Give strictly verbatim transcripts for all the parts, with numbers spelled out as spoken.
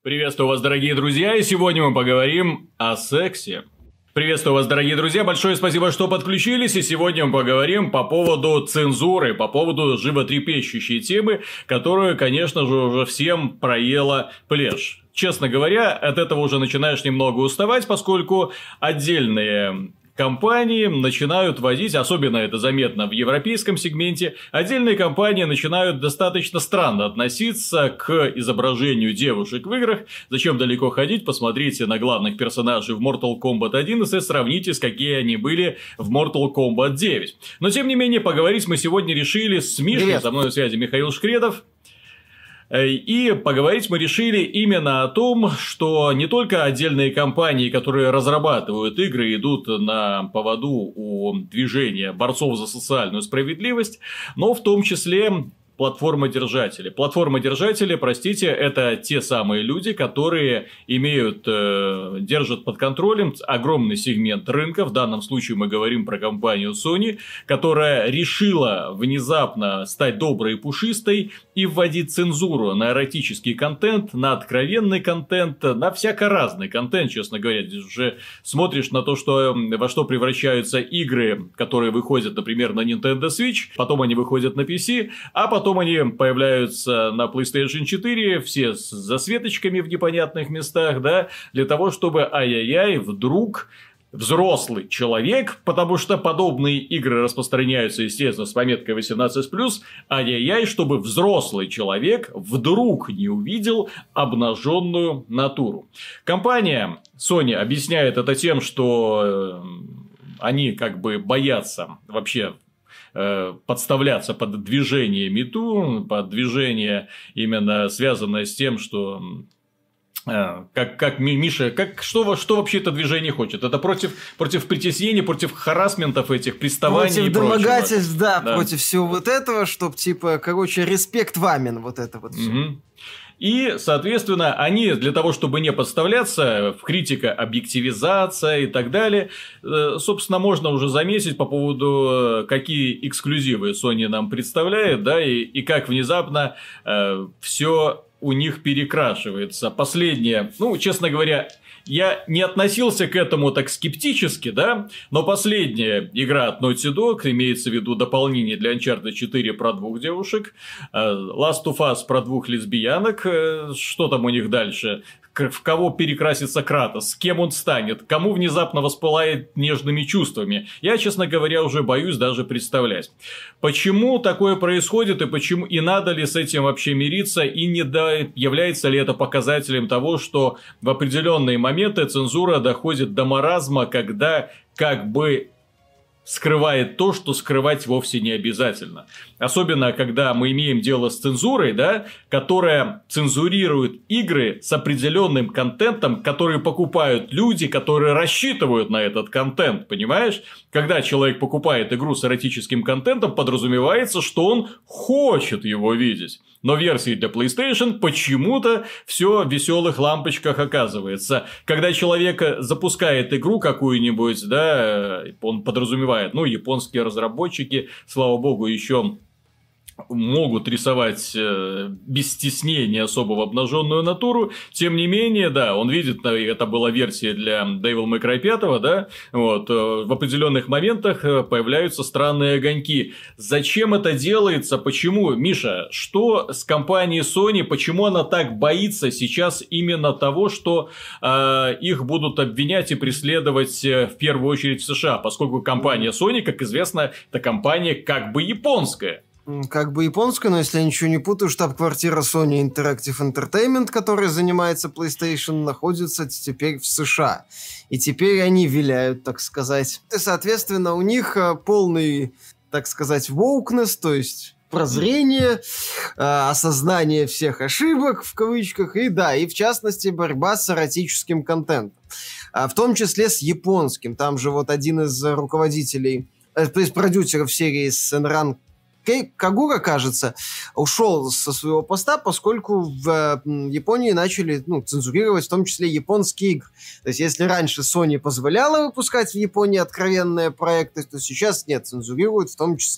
Приветствую вас, дорогие друзья, и сегодня мы поговорим о сексе. Приветствую вас, дорогие друзья, большое спасибо, что подключились, и сегодня мы поговорим по поводу цензуры, по поводу животрепещущей темы, которую, конечно же, уже всем проела плешь. Честно говоря, от этого уже начинаешь немного уставать, поскольку отдельные компании начинают вводить, особенно это заметно в европейском сегменте, отдельные компании начинают достаточно странно относиться к изображению девушек в играх. Зачем далеко ходить? Посмотрите на главных персонажей в Mortal Kombat один и сравните, с какие они были в Mortal Kombat девять. Но тем не менее, поговорить мы сегодня решили с Мишей, Привет. со мной на связи Михаил Шкредов. И поговорить мы решили именно о том, что не только отдельные компании, которые разрабатывают игры, идут на поводу у движения борцов за социальную справедливость, но в том числе платформодержатели. Платформодержатели, простите, это те самые люди, которые имеют, э, держат под контролем огромный сегмент рынка. В данном случае мы говорим про компанию Sony, которая решила внезапно стать доброй и пушистой и вводить цензуру на эротический контент, на откровенный контент, на всяко разный контент, честно говоря. Здесь уже смотришь на то, что, во что превращаются игры, которые выходят, например, на Nintendo Switch, потом они выходят на пи си, а потом Потом они появляются на PlayStation четыре, все с засветочками в непонятных местах, да, для того, чтобы ай-яй-яй, вдруг взрослый человек, потому что подобные игры распространяются, естественно, с пометкой восемнадцать плюс, ай-яй-яй, чтобы взрослый человек вдруг не увидел обнаженную натуру. Компания Sony объясняет это тем, что они как бы боятся вообще подставляться под движение МИТУ, под движение именно связанное с тем, что как, как Миша, как, что, что вообще это движение хочет? Это против, против притеснений, против харассментов этих, приставаний против и прочего. домогательств, да, да, против всего вот этого, чтоб типа, короче, респект вамен, вот это вот все. Угу. И, соответственно, они для того, чтобы не подставляться в критика объективизация и так далее, собственно, можно уже заметить по поводу, какие эксклюзивы Sony нам представляет, да, и, и как внезапно э, все у них перекрашивается. Последнее, ну, честно говоря, я не относился к этому так скептически, да, но последняя игра от Naughty Dog, имеется в виду дополнение для Uncharted четыре про двух девушек, Last of Us про двух лесбиянок, что там у них дальше, в кого перекрасится Кратос, с кем он станет, кому внезапно воспылает нежными чувствами. Я, честно говоря, уже боюсь даже представлять. Почему такое происходит и почему и надо ли с этим вообще мириться, и не да, является ли это показателем того, что в определенные моменты цензура доходит до маразма, когда как бы скрывает то, что скрывать вовсе не обязательно. Особенно, когда мы имеем дело с цензурой, да, которая цензурирует игры с определенным контентом, которые покупают люди, которые рассчитывают на этот контент, понимаешь? Когда человек покупает игру с эротическим контентом, подразумевается, что он хочет его видеть. Но в версии для PlayStation почему-то все в веселых лампочках оказывается. Когда человек запускает игру какую-нибудь, да, он подразумевает, ну, японские разработчики, слава богу, еще могут рисовать э, без стеснения особого обнаженную натуру. Тем не менее, да, он видит, это была версия для Devil May Cry пять, да, вот, э, в определенных моментах появляются странные огоньки. Зачем это делается? Почему? Миша, что с компанией Sony, почему она так боится сейчас именно того, что э, их будут обвинять и преследовать в первую очередь в США, поскольку компания Sony, как известно, это компания как бы японская. Как бы японская, но если я ничего не путаю, штаб-квартира Sony Interactive Entertainment, которая занимается PlayStation, находится теперь в США. И теперь они виляют, так сказать. И, соответственно, у них полный, так сказать, wokeness, то есть прозрение, э, осознание всех ошибок, в кавычках, и да, и в частности борьба с эротическим контентом. А в том числе с японским. Там же вот один из руководителей, э, то есть продюсеров серии Senran Кагура, кажется, ушел со своего поста, поскольку в э, Японии начали ну, цензурировать в том числе японские игры. То есть, если раньше Sony позволяла выпускать в Японии откровенные проекты, то сейчас нет, цензурируют в том числе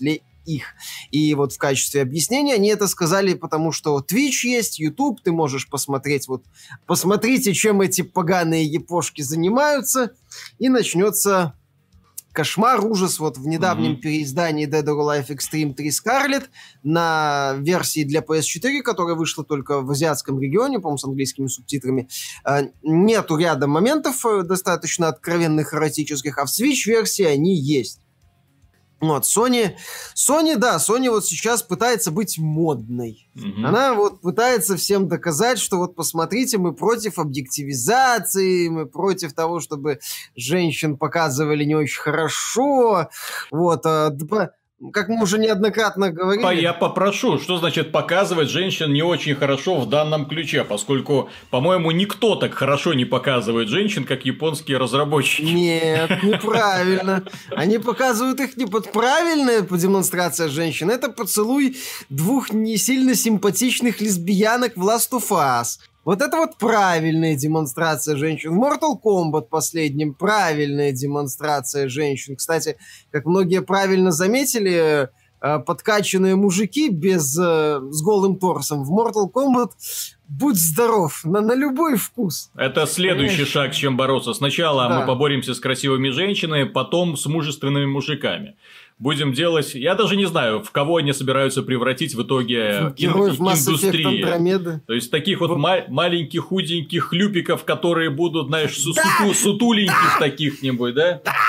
их. И вот в качестве объяснения они это сказали, потому что Twitch есть, YouTube, ты можешь посмотреть, вот, посмотрите, чем эти поганые япошки занимаются, и начнется кошмар, ужас. Вот в недавнем mm-hmm. переиздании Dead or Alive Extreme три Scarlet на версии для пи эс четыре, которая вышла только в азиатском регионе, по-моему, с английскими субтитрами, нету ряда моментов достаточно откровенных эротических, а в Switch-версии они есть. Вот, Sony, Sony, да, Sony вот сейчас пытается быть модной. Mm-hmm. Она вот пытается всем доказать, что вот посмотрите, мы против объективизации, мы против того, чтобы женщин показывали не очень хорошо. Вот, а, как мы уже неоднократно говорили... Я попрошу, что значит показывать женщин не очень хорошо в данном ключе, поскольку, по-моему, никто так хорошо не показывает женщин, как японские разработчики. Нет, неправильно. Они показывают их не под правильная демонстрация женщин, это поцелуй двух не сильно симпатичных лесбиянок в Last of Us. Вот это вот правильная демонстрация женщин. В Mortal Kombat последнем правильная демонстрация женщин. Кстати, как многие правильно заметили, подкачанные мужики без, с голым торсом в Mortal Kombat, будь здоров, на, на любой вкус. Это следующий Понимаешь? шаг, с чем бороться. Сначала да. мы поборемся с красивыми женщинами, потом с мужественными мужиками. Будем делать... Я даже не знаю, в кого они собираются превратить в итоге Героев ин- индустрии. То есть, таких вот, вот. Ма- маленьких, худеньких хлюпиков, которые будут, знаешь, су- да! суту- сутуленьких да! таких-нибудь, да? Да!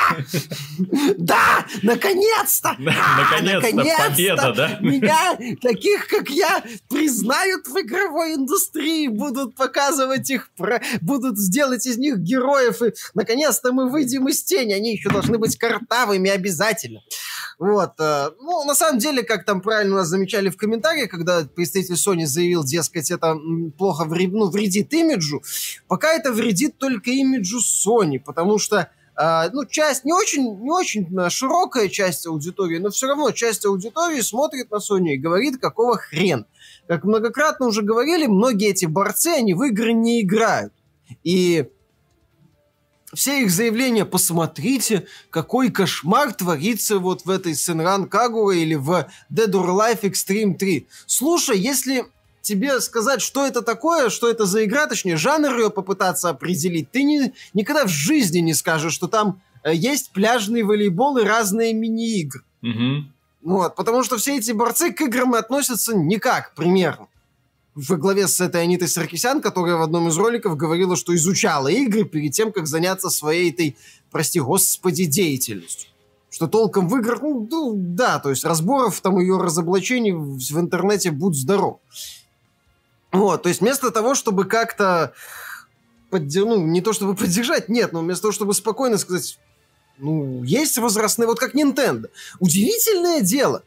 Да! Наконец-то! Наконец-то победа, да? Меня, таких как я, признают в игровой индустрии, будут показывать их, будут сделать из них героев, и наконец-то мы выйдем из тени. Они еще должны быть картавыми обязательно. Вот, ну, на самом деле, как там правильно нас замечали в комментариях, когда представитель Sony заявил, дескать, это плохо вред, ну, вредит имиджу, пока это вредит только имиджу Sony, потому что, э, ну, часть, не очень, не очень широкая часть аудитории, но все равно часть аудитории смотрит на Sony и говорит, какого хрена. Как многократно уже говорили, многие эти борцы, они в игры не играют. И... все их заявления, посмотрите, какой кошмар творится вот в этой Senran Kagura или в Dead or Alive Extreme три. Слушай, если тебе сказать, что это такое, что это за игра, точнее, жанр ее попытаться определить, ты не, никогда в жизни не скажешь, что там э, есть пляжный волейбол и разные мини-игры. Mm-hmm. Вот, потому что все эти борцы к играм относятся никак, примерно. Во главе с этой Анитой Саркисян, которая в одном из роликов говорила, что изучала игры перед тем, как заняться своей этой, прости господи, деятельностью. Что толком в играх, ну, ну да, то есть разборов там ее разоблачений в, в интернете будь здоров. Вот, то есть вместо того, чтобы как-то поддер... ну, не то чтобы поддержать, нет, но вместо того, чтобы спокойно сказать, ну, есть возрастные, вот как Nintendo. Удивительное дело.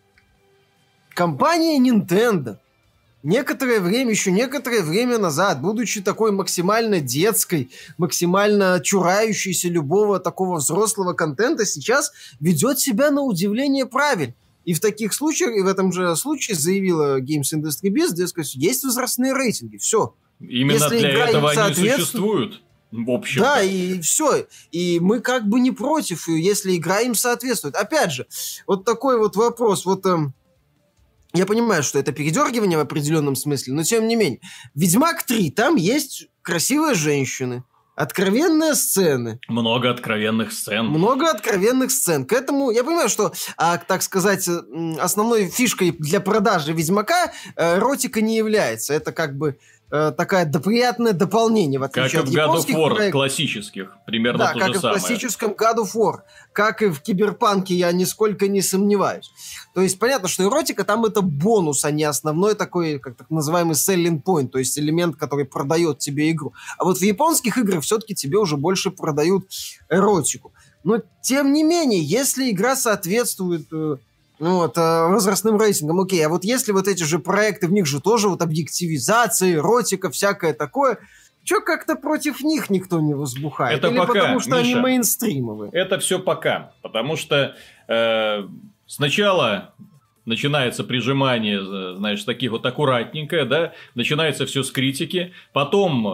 Компания Nintendo некоторое время, еще некоторое время назад, будучи такой максимально детской, максимально чурающейся любого такого взрослого контента, сейчас ведет себя на удивление правильно. И в таких случаях, и в этом же случае заявила Games Industry Biz, дескать, есть возрастные рейтинги, все. Именно Если для этого они существуют. В общем. Да, и все. И мы как бы не против, если игра им соответствует. Опять же, вот такой вот вопрос, вот... Эм, я понимаю, что это передергивание в определенном смысле, но тем не менее. Ведьмак три, там есть красивые женщины, откровенные сцены. Много откровенных сцен. Много откровенных сцен. К этому, я понимаю, что, а, так сказать, основной фишкой для продажи Ведьмака эротика не является. Это как бы э, такое приятное дополнение, в отличие как от в японских God of War проектов. Классических. Примерно да, то как же и в самое. классическом God of War. Как и в Киберпанке, я нисколько не сомневаюсь. То есть понятно, что эротика там это бонус, а не основной такой, как так называемый selling point, то есть элемент, который продает тебе игру. А вот в японских играх все-таки тебе уже больше продают эротику. Но тем не менее, если игра соответствует э, ну, вот, э, возрастным рейтингам, окей, а вот если вот эти же проекты, в них же тоже вот объективизация, эротика, всякое такое... Чё как-то против них никто не возбухает? Это Или пока, потому что Миша, они мейнстримовые? Это все пока. Потому что э, сначала начинается прижимание, знаешь, таких вот аккуратненько, да, начинается все с критики, потом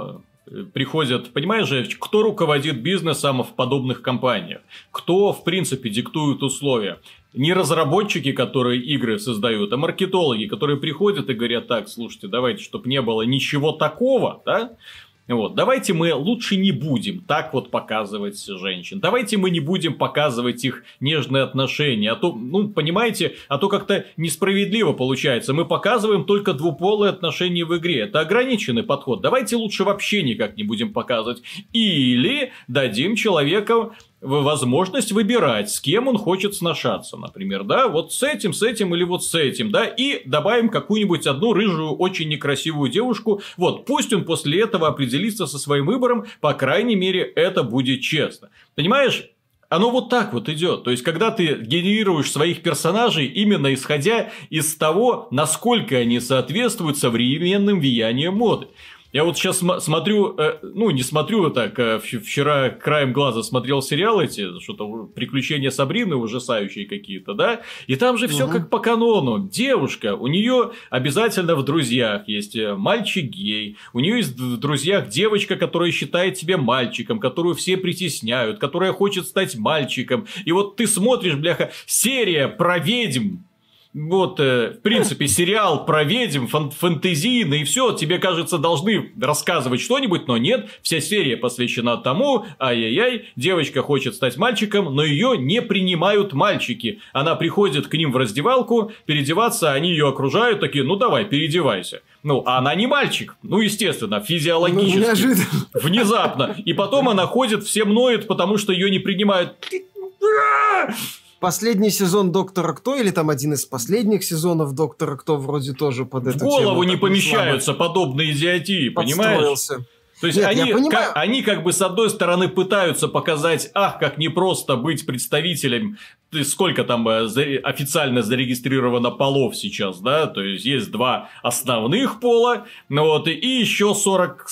приходят, понимаешь же, кто руководит бизнесом в подобных компаниях? Кто, в принципе, диктует условия? Не разработчики, которые игры создают, а маркетологи, которые приходят и говорят: так, слушайте, давайте, чтобы не было ничего такого, да? Вот, давайте мы лучше не будем так вот показывать женщин. Давайте мы не будем показывать их нежные отношения. А то, ну, понимаете, а то как-то несправедливо получается. Мы показываем только двуполые отношения в игре. Это ограниченный подход. Давайте лучше вообще никак не будем показывать. Или дадим человеку возможность выбирать, с кем он хочет сношаться, например, да, вот с этим, с этим или вот с этим, да, и добавим какую-нибудь одну рыжую, очень некрасивую девушку, вот, пусть он после этого определится со своим выбором, по крайней мере, это будет честно. Понимаешь? Оно вот так вот идет. То есть, когда ты генерируешь своих персонажей, именно исходя из того, насколько они соответствуют современным влияниям моды. Я вот сейчас см- смотрю, э, ну, не смотрю так, э, вчера краем глаза смотрел сериал эти, что-то приключения Сабрины ужасающие какие-то, да, и там же все угу. как по канону. Девушка, у нее обязательно в друзьях есть мальчик-гей, у нее есть в друзьях девочка, которая считает себя мальчиком, которую все притесняют, которая хочет стать мальчиком. И вот ты смотришь, бляха, серия про ведьм. Вот, э, в принципе, сериал про ведьм, фан- фэнтезийный, и все, тебе, кажется, должны рассказывать что-нибудь, но нет, вся серия посвящена тому, ай-яй-яй, девочка хочет стать мальчиком, но ее не принимают мальчики. Она приходит к ним в раздевалку, переодеваться, они ее окружают, такие: ну давай, переодевайся. Ну, а она не мальчик, ну, естественно, физиологически, ну, внезапно. И потом она ходит, всем ноет, потому что ее не принимают. Последний сезон Доктора Кто, или там один из последних сезонов Доктора Кто, вроде тоже под эту тему. В голову тему, не помещаются слабо. Подобные идиотии, понимаешь? То есть, Нет, они, как, они как бы с одной стороны пытаются показать: ах, как непросто быть представителем, сколько там официально зарегистрировано полов сейчас, да, то есть, есть два основных пола, ну вот, и еще сорок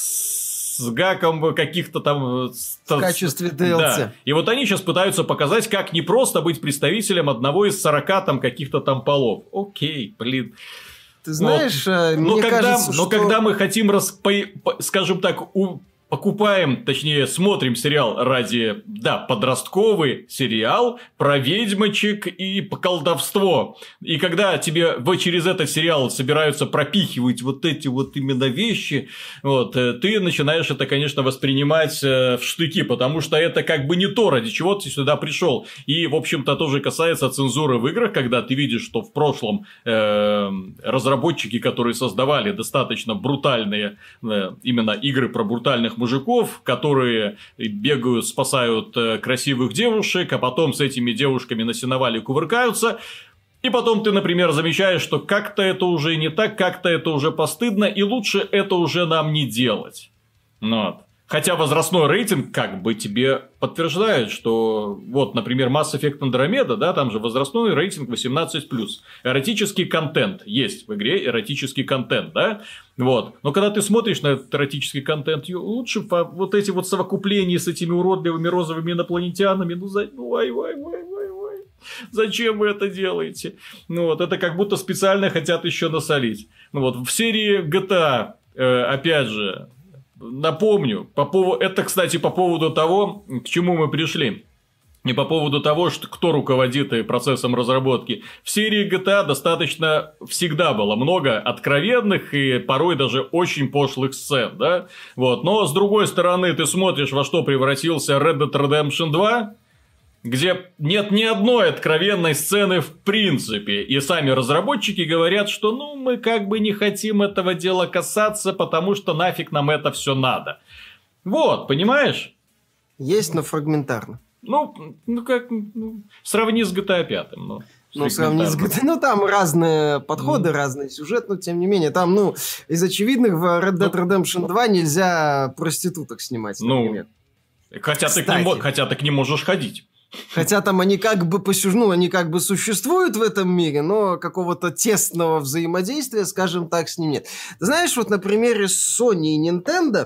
с гаком каких-то там... В качестве ди эл си. Да. И вот они сейчас пытаются показать, как непросто быть представителем одного из сорока там каких-то там полов. Окей, блин. Ты знаешь, но, мне но когда, кажется, но что... когда мы хотим, расп... скажем так, у... покупаем, точнее, смотрим сериал ради, да, подростковый сериал про ведьмочек и колдовство. И когда тебе в, через этот сериал собираются пропихивать вот эти вот именно вещи, вот, ты начинаешь это, конечно, воспринимать э, в штыки, потому что это как бы не то, ради чего ты сюда пришел. И, в общем-то, тоже касается цензуры в играх, когда ты видишь, что в прошлом э, разработчики, которые создавали достаточно брутальные э, именно игры про брутальных мужиков, которые бегают, спасают э, красивых девушек, а потом с этими девушками на сеновале кувыркаются. И потом ты, например, замечаешь, что как-то это уже не так, как-то это уже постыдно, и лучше это уже нам не делать. Вот. Хотя возрастной рейтинг как бы тебе подтверждает, что вот, например, Mass Effect Andromeda, да, там же возрастной рейтинг восемнадцать плюс. Эротический контент есть в игре, эротический контент, да, вот. Но когда ты смотришь на этот эротический контент, лучше по вот эти вот совокупления с этими уродливыми розовыми инопланетянами, ну, за... ну, ай, ай, ай, ай, ай. Зачем вы это делаете? Ну, вот, это как будто специально хотят еще насолить. Ну, вот, в серии джи ти эй, э, опять же, напомню, по поводу, это, кстати, по поводу того, к чему мы пришли. Не по поводу того, что, кто руководит процессом разработки. В серии джи ти эй достаточно всегда было много откровенных и порой даже очень пошлых сцен, да? Вот. Но, с другой стороны, ты смотришь, во что превратился Red Dead Redemption два, где нет ни одной откровенной сцены в принципе. И сами разработчики говорят, что ну мы как бы не хотим этого дела касаться, потому что нафиг нам это все надо. Вот, понимаешь? Есть, но фрагментарно. Ну, ну как, ну, сравни с джи ти эй пять. Ну, ну сравни с джи ти эй. Ну, там разные подходы, mm. разный сюжет, но тем не менее, там, ну, из очевидных в Red Dead Redemption два нельзя проституток снимать, например. Ну, хотя ты, к ним, хотя ты к ним можешь ходить. Хотя там они как бы ну, они как бы существуют в этом мире, но какого-то тесного взаимодействия, скажем так, с ним нет. Ты знаешь, вот на примере Sony и Nintendo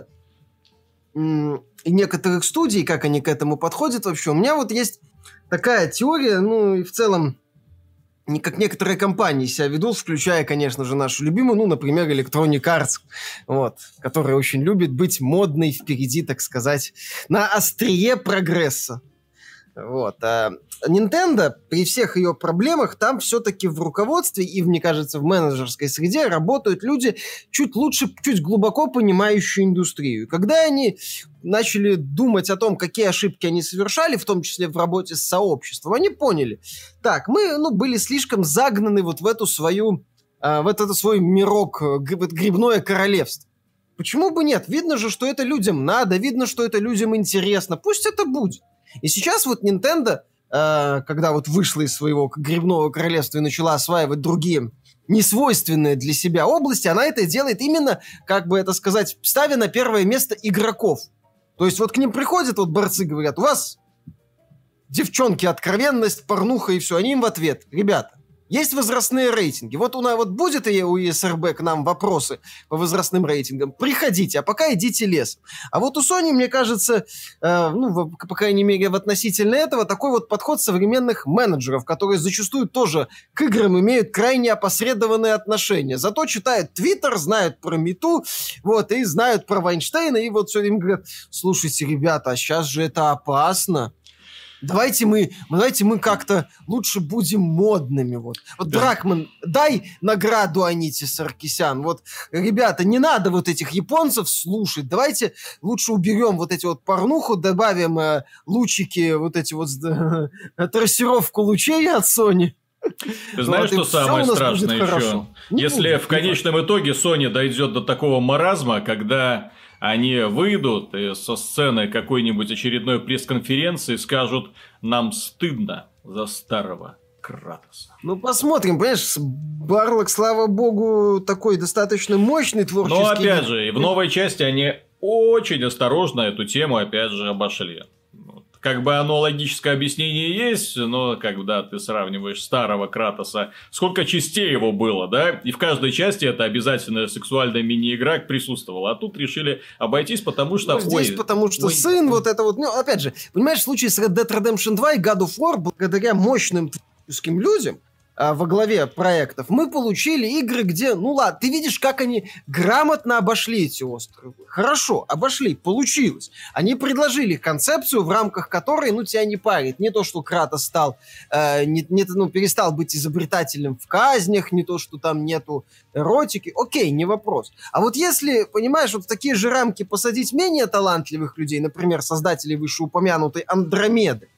и некоторых студий, как они к этому подходят вообще, у меня вот есть такая теория, ну и в целом не как некоторые компании себя ведут, включая, конечно же, нашу любимую, ну, например, Electronic Arts, вот, которая очень любит быть модной впереди, так сказать, на острие прогресса. Вот. А Nintendo при всех ее проблемах там все-таки в руководстве и, мне кажется, в менеджерской среде работают люди чуть лучше, чуть глубоко понимающие индустрию. Когда они начали думать о том, какие ошибки они совершали, в том числе в работе с сообществом, они поняли, так, мы ну, были слишком загнаны вот в эту свою, э, в этот свой мирок, гриб, грибное королевство. Почему бы нет? Видно же, что это людям надо, видно, что это людям интересно. Пусть это будет. И сейчас вот Nintendo, э, когда вот вышла из своего грибного королевства и начала осваивать другие несвойственные для себя области, она это делает именно, как бы это сказать, ставя на первое место игроков. То есть вот к ним приходят вот борцы, говорят, у вас девчонки, откровенность, порнуха и все. Они им в ответ, ребята, есть возрастные рейтинги. Вот у нас вот будет и у и эс эр би к нам вопросы по возрастным рейтингам. Приходите, а пока идите лесом. А вот у Sony, мне кажется, э, ну, в, по крайней мере, в относительно этого, такой вот подход современных менеджеров, которые зачастую тоже к играм имеют крайне опосредованные отношения. Зато читают Твиттер, знают про Мету, вот, и знают про Вайнштейна, и вот все время говорят, слушайте, ребята, а сейчас же это опасно. Давайте мы, давайте мы как-то лучше будем модными. Вот, вот да. Дракман, дай награду Аните Саркисян. Вот, ребята, не надо вот этих японцев слушать. Давайте лучше уберем вот эти вот порнуху, добавим э, лучики, вот эти вот э, трассировку лучей от Sony. Ты знаешь, вот, что самое страшное еще? Если будет, в конечном итоге Sony дойдет до такого маразма, когда они выйдут со сцены какой-нибудь очередной пресс-конференции и скажут, нам стыдно за старого Кратоса. Ну, посмотрим, понимаешь, Барлок, слава богу, такой достаточно мощный творческий... Но, опять же, в новой части они очень осторожно эту тему, опять же, обошли. Как бы оно логическое объяснение есть, но когда ты сравниваешь старого Кратоса, сколько частей его было, да? И в каждой части это обязательно сексуальная мини-игра присутствовала. А тут решили обойтись, потому что... Ну, здесь ой, потому что ой, сын, ой. вот это вот... Ну, опять же, понимаешь, в случае с Red Dead Redemption два и God of War, благодаря мощным творческим людям, а, во главе проектов, мы получили игры, где, ну ладно, ты видишь, как они грамотно обошли эти островы. Хорошо, обошли, получилось. Они предложили концепцию, в рамках которой, ну, тебя не парит. Не то, что Кратос стал, э, не, не, ну, перестал быть изобретателем в казнях, не то, что там нету эротики. Окей, не вопрос. А вот если, понимаешь, вот в такие же рамки посадить менее талантливых людей, например, создателей вышеупомянутой Андромеды,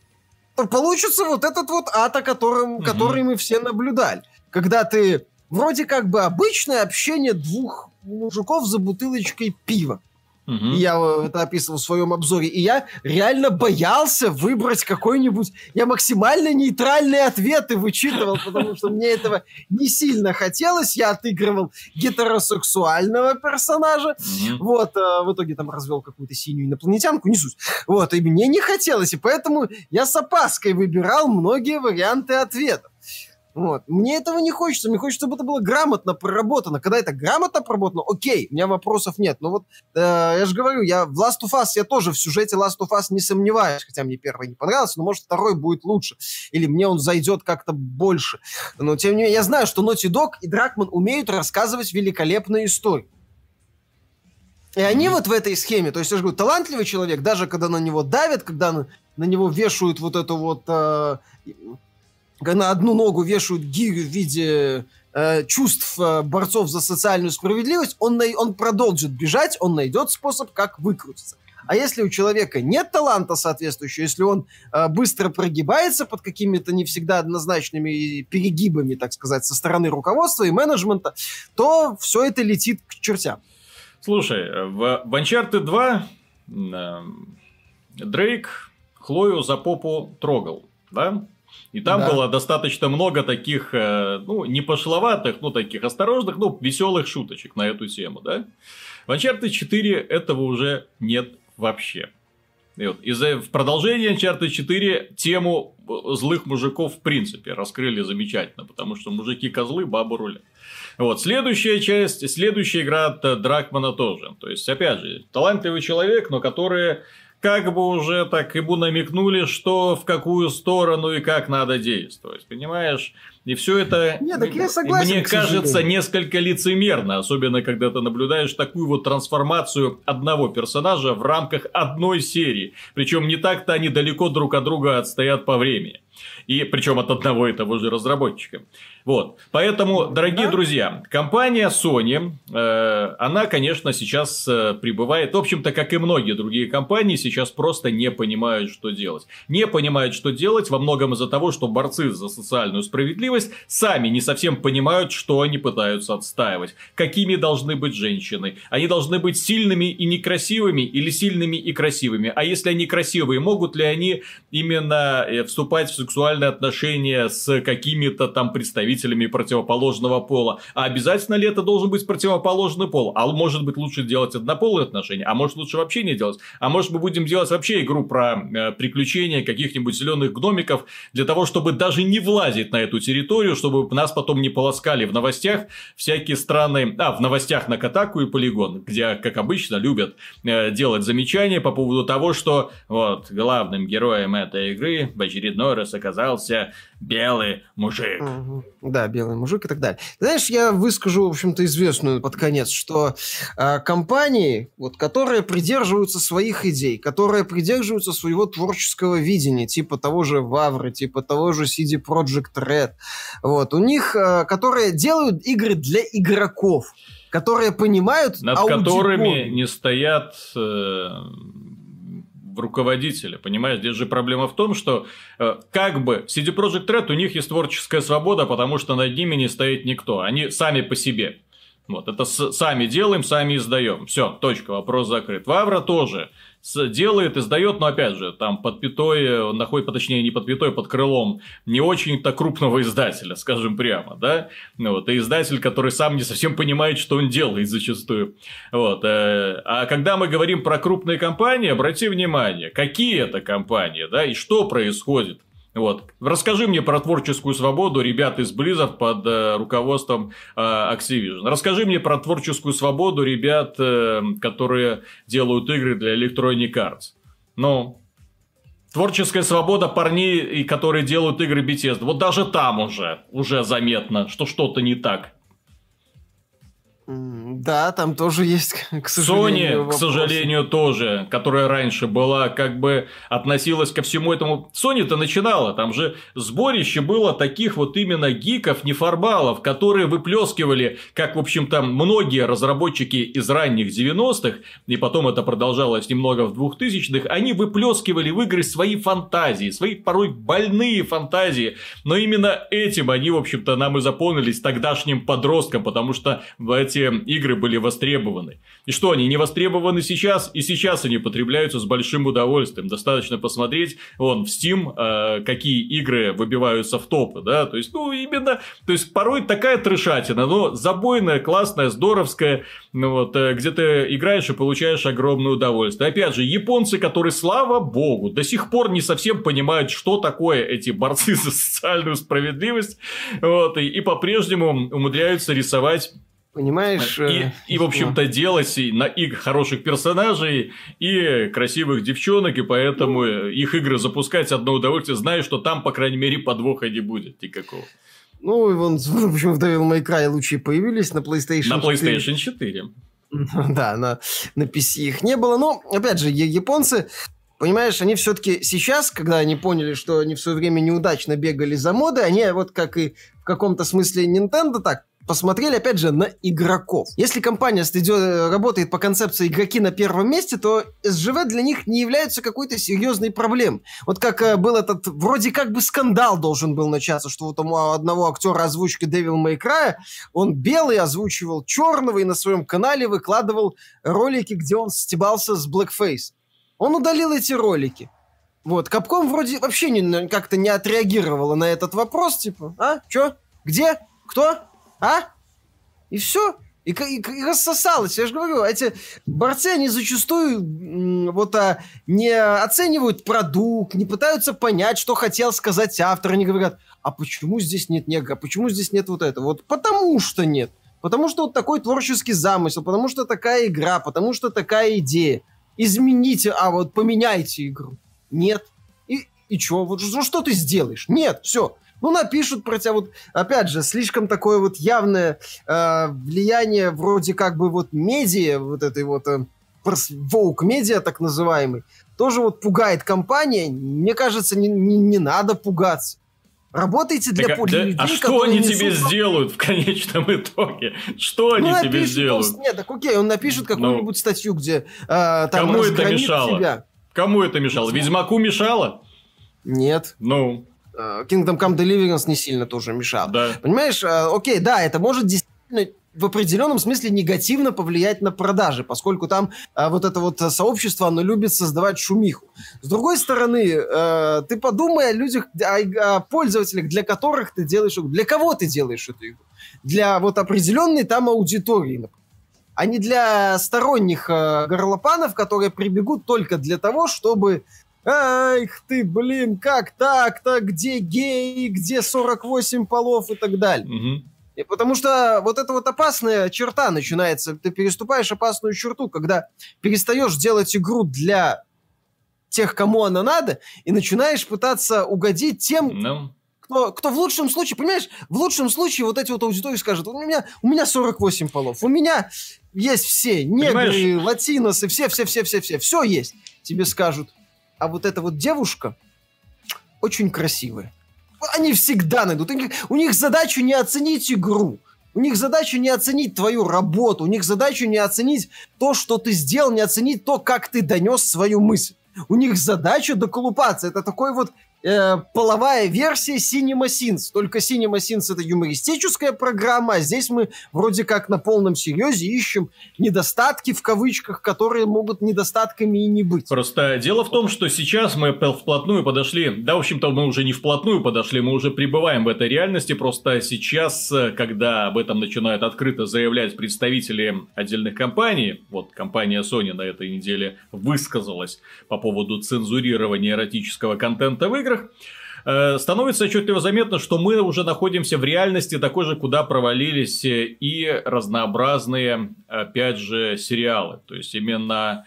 то получится вот этот вот ад, о котором, mm-hmm. который мы все наблюдали. Когда ты вроде как бы обычное общение двух мужиков за бутылочкой пива. Mm-hmm. И я это описывал в своем обзоре. И я реально боялся выбрать какой-нибудь... Я максимально нейтральные ответы вычитывал, потому что мне этого не сильно хотелось. Я отыгрывал гетеросексуального персонажа. Mm-hmm. Вот. А в итоге там развел какую-то синюю инопланетянку. Не суть. Вот. И мне не хотелось. И поэтому я с опаской выбирал многие варианты ответов. Вот. Мне этого не хочется. Мне хочется, чтобы это было грамотно проработано. Когда это грамотно проработано, окей, у меня вопросов нет. Но вот э, я же говорю, я в Last of Us, я тоже в сюжете Last of Us не сомневаюсь. Хотя мне первый не понравился, но может второй будет лучше. Или мне он зайдет как-то больше. Но тем не менее, я знаю, что Naughty Dog и Дракман умеют рассказывать великолепные истории. И они вот в этой схеме, то есть я же говорю, талантливый человек, даже когда на него давят, когда на, на него вешают вот эту вот... Э, на одну ногу вешают гирю в виде э, чувств э, борцов за социальную справедливость, он, на, он продолжит бежать, он найдет способ, как выкрутиться. А если у человека нет таланта соответствующего, если он э, быстро прогибается под какими-то не всегда однозначными перегибами, так сказать, со стороны руководства и менеджмента, то все это летит к чертям. Слушай, в, в Uncharted два э, Дрейк Хлою за попу трогал, да? И там да. было достаточно много таких, ну, не пошловатых, ну, таких осторожных, ну, веселых шуточек на эту тему, да? В Uncharted четыре этого уже нет вообще. И вот, из-за, в продолжении Uncharted четыре тему злых мужиков в принципе раскрыли замечательно, потому что мужики козлы, бабы рулят. Вот, следующая часть, следующая игра от Дракмана тоже. То есть, опять же, талантливый человек, но который... как бы уже так ему намекнули, что в какую сторону и как надо действовать, понимаешь? И все это, Нет, так я согласен, мне к кажется, сожалению. несколько лицемерно, особенно когда ты наблюдаешь такую вот трансформацию одного персонажа в рамках одной серии. Причем не так-то они далеко друг от друга отстоят по времени. И причем от одного и того же разработчика. Вот. Поэтому, дорогие да? друзья, компания Sony, э, она, конечно, сейчас э, пребывает, в общем-то, как и многие другие компании, сейчас просто не понимают, что делать. Не понимают, что делать во многом из-за того, что борцы за социальную справедливость сами не совсем понимают, что они пытаются отстаивать. Какими должны быть женщины? Они должны быть сильными и некрасивыми или сильными и красивыми? А если они красивые, могут ли они именно э, вступать в сексуальные отношения с какими-то там представителями противоположного пола? А обязательно ли это должен быть противоположный пол? А может быть лучше делать однополые отношения? А может лучше вообще не делать? А может мы будем делать вообще игру про э, приключения каких-нибудь зеленых гномиков для того, чтобы даже не влазить на эту территорию, чтобы нас потом не полоскали в новостях всякие страны, а в новостях на Котаку и Полигон, где, как обычно, любят э, делать замечания по поводу того, что вот главным героем этой игры в очередной раз оказался белый мужик. Угу. Да, белый мужик и так далее. Знаешь, я выскажу, в общем-то, известную под конец, что э, компании, вот, которые придерживаются своих идей, которые придерживаются своего творческого видения, типа того же Вавры, типа того же си ди Projekt Red, вот, у них, э, которые делают игры для игроков, которые понимают над аудиторию. которыми не стоят э, руководители, понимаешь? Здесь же проблема в том, что э, как бы си ди Projekt Red, у них есть творческая свобода, потому что над ними не стоит никто, они сами по себе. Вот, это с- сами делаем, сами издаем. Все, точка, вопрос закрыт. Вавра тоже с- делает, издает, но опять же, там под пятой, он находит, точнее, не под пятой, под крылом не очень-то крупного издателя, скажем прямо, да? Ну, вот, и издатель, который сам не совсем понимает, что он делает зачастую. Вот, э, а когда мы говорим про крупные компании, обрати внимание, какие это компании, да, и что происходит. Вот. Расскажи мне про творческую свободу ребят из Blizzard под э, руководством э, Activision. Расскажи мне про творческую свободу ребят, э, которые делают игры для Electronic Arts. Ну, творческая свобода парней, которые делают игры Bethesda. Вот даже там уже, уже заметно, что что-то не так. Да, там тоже есть, к сожалению, Sony, вопросы. к сожалению, тоже, которая раньше была, как бы относилась ко всему этому. Sony-то начинала, там же сборище было таких вот именно гиков, неформалов, которые выплескивали, как, в общем-то, многие разработчики из ранних девяностых, и потом это продолжалось немного в двухтысячных, они выплескивали в игры свои фантазии, свои порой больные фантазии, но именно этим они, в общем-то, нам и запомнились тогдашним подросткам, потому что в эти игры были востребованы. И что, они не востребованы сейчас? И сейчас они потребляются с большим удовольствием. Достаточно посмотреть, вон, в Steam, э, какие игры выбиваются в топы, да, то есть, ну, именно, то есть, порой такая трешатина, но забойная, классная, здоровская, ну, вот, э, где ты играешь и получаешь огромное удовольствие. Опять же, японцы, которые, слава богу, до сих пор не совсем понимают, что такое эти борцы за социальную справедливость, вот, и, и по-прежнему умудряются рисовать. Понимаешь? И, э, и, в общем-то, ну. делать и на их хороших персонажей и красивых девчонок, и поэтому ну, их игры запускать одно удовольствие, зная, что там, по крайней мере, подвоха не будет никакого. Ну, и вон, в общем, в Devil May Cry лучи появились на PlayStation На PlayStation четыре. Да, на, на пи си их не было. Но, опять же, японцы, понимаешь, они все-таки сейчас, когда они поняли, что они в свое время неудачно бегали за модой, они вот как и в каком-то смысле Nintendo так посмотрели, опять же, на игроков. Если компания идет, работает по концепции игроки на первом месте, то эс джи ви для них не является какой-то серьезной проблемой. Вот как э, был этот, вроде как бы скандал должен был начаться, что вот у одного актера озвучки Devil May Cry, он белый озвучивал черного и на своем канале выкладывал ролики, где он стебался с Blackface. Он удалил эти ролики. Вот, Capcom вроде вообще не, как-то не отреагировала на этот вопрос, типа, а, чё, где, кто? А? И все. И, и, и рассосалось. Я же говорю, эти борцы, они зачастую м, вот, а, не оценивают продукт, не пытаются понять, что хотел сказать автор. Они говорят, а почему здесь нет негра? А почему здесь нет вот этого? Вот потому что нет. Потому что вот такой творческий замысел, потому что такая игра, потому что такая идея. измените, а вот поменяйте игру. Нет. И, и чё? Вот что, что ты сделаешь? Нет, все. Ну, напишут про тебя, вот, опять же, слишком такое вот явное э, влияние вроде как бы вот медиа, вот этой вот э, woke медиа, так называемый, тоже вот пугает компания. Мне кажется, не, не, не надо пугаться. Работайте для, так, для да, людей, а что которые они несут... тебе сделают в конечном итоге? Что они ну, тебе сделают? Он, нет, так окей, он напишет какую-нибудь ну, статью, где э, там кому это мешало? тебя. Кому это мешало? Ведьмаку мешало? Нет. Ну... Kingdom Come Deliverance не сильно тоже мешал. Да. Понимаешь, окей, да, это может действительно в определенном смысле негативно повлиять на продажи, поскольку там а, вот это вот сообщество, оно любит создавать шумиху. С другой стороны, э, ты подумай о людях, о, о пользователях, для которых ты делаешь игру. Для кого ты делаешь эту игру? Для вот определенной там аудитории, например. А не для сторонних э, горлопанов, которые прибегут только для того, чтобы... Эх ты, блин, как так-то? Где геи? Где сорок восемь полов и так далее? Угу. И потому что вот эта вот опасная черта начинается. Ты переступаешь опасную черту, когда перестаешь делать игру для тех, кому она надо, и начинаешь пытаться угодить тем, no. кто, кто в лучшем случае, понимаешь, в лучшем случае вот эти вот аудитории скажут, у меня, у меня сорок восемь полов, у меня есть все, негры, понимаешь? Латиносы, все-все-все-все-все, все есть. Тебе скажут. А вот эта вот девушка очень красивая. Они всегда найдут. У них задача не оценить игру. У них задача не оценить твою работу. У них задача не оценить то, что ты сделал, не оценить то, как ты донес свою мысль. У них задача доколупаться. Это такой вот э, половая версия Cinema Sins. Только Cinema Sins это юмористическая программа, а здесь мы вроде как на полном серьезе ищем недостатки в кавычках, которые могут недостатками и не быть. Просто дело в том, что сейчас мы вплотную подошли, да, в общем-то, мы уже не вплотную подошли, мы уже пребываем в этой реальности, просто сейчас, когда об этом начинают открыто заявлять представители отдельных компаний, вот компания Sony на этой неделе высказалась по поводу цензурирования эротического контента в играх, становится отчетливо заметно, что мы уже находимся в реальности такой же, куда провалились и разнообразные, опять же, сериалы. То есть, именно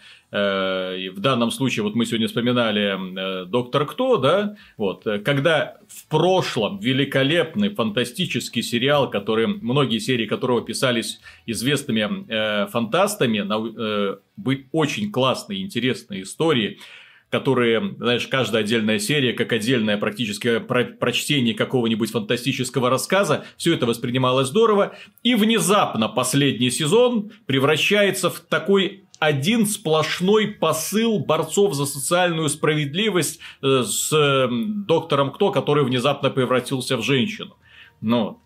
э, в данном случае, вот мы сегодня вспоминали э, «Доктор Кто», да, вот, когда в прошлом великолепный, фантастический сериал, который, многие серии которого писались известными э, фантастами, э, были очень классные, интересные истории, которые, знаешь, каждая отдельная серия, как отдельное практически про- прочтение какого-нибудь фантастического рассказа, все это воспринималось здорово, и внезапно последний сезон превращается в такой один сплошной посыл борцов за социальную справедливость э, с э, доктором Кто, который внезапно превратился в женщину. Но...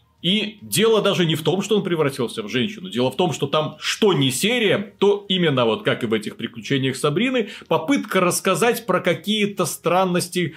И дело даже не в том, что он превратился в женщину. Дело в том, что там что ни серия, то именно вот как и в этих приключениях Сабрины, попытка рассказать про какие-то странности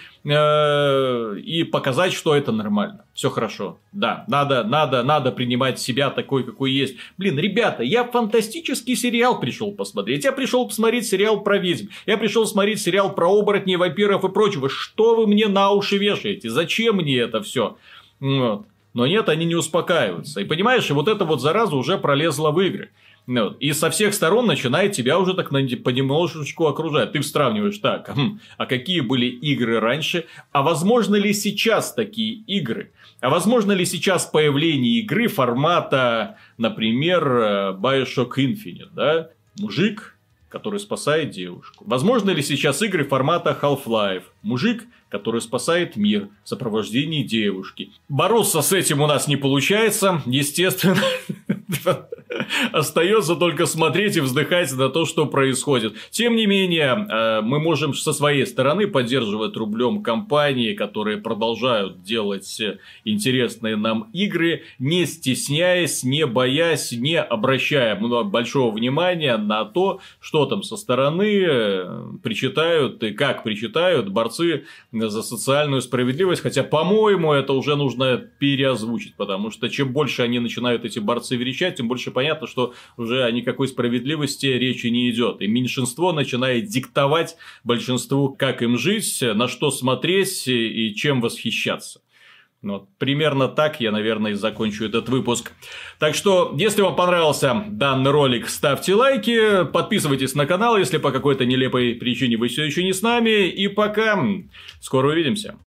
э- и показать, что это нормально. Все хорошо. Да, надо, надо, надо принимать себя такой, какой есть. Блин, ребята, я фантастический сериал пришел посмотреть. Я пришел посмотреть сериал про ведьм. Я пришел смотреть сериал про оборотней, вампиров и прочего. Что вы мне на уши вешаете? Зачем мне это все? Вот. Но нет, они не успокаиваются. И понимаешь, и вот эта вот зараза уже пролезла в игры. Вот. И со всех сторон начинает тебя уже так понемножечку окружать. Ты сравниваешь так, хм, а какие были игры раньше? А возможно ли сейчас такие игры? А возможно ли сейчас появление игры формата, например, Bioshock Infinite, да? Мужик, который спасает девушку. Возможно ли сейчас игры формата Half-Life? Мужик, который спасает мир в сопровождении девушки. Бороться с этим у нас не получается, естественно. Остается только смотреть и вздыхать на то, что происходит. Тем не менее, мы можем со своей стороны поддерживать рублем компании, которые продолжают делать интересные нам игры, не стесняясь, не боясь, не обращая большого внимания на то, что там со стороны причитают и как причитают борцы за социальную справедливость. Хотя, по-моему, это уже нужно переозвучить, потому что чем больше они начинают, эти борцы, верещать, тем больше понятно, что уже о никакой справедливости речи не идет. И меньшинство начинает диктовать большинству, как им жить, на что смотреть и чем восхищаться. Вот, примерно так я, наверное, и закончу этот выпуск. Так что, если вам понравился данный ролик, ставьте лайки, подписывайтесь на канал, если по какой-то нелепой причине вы все еще не с нами. И пока, скоро увидимся.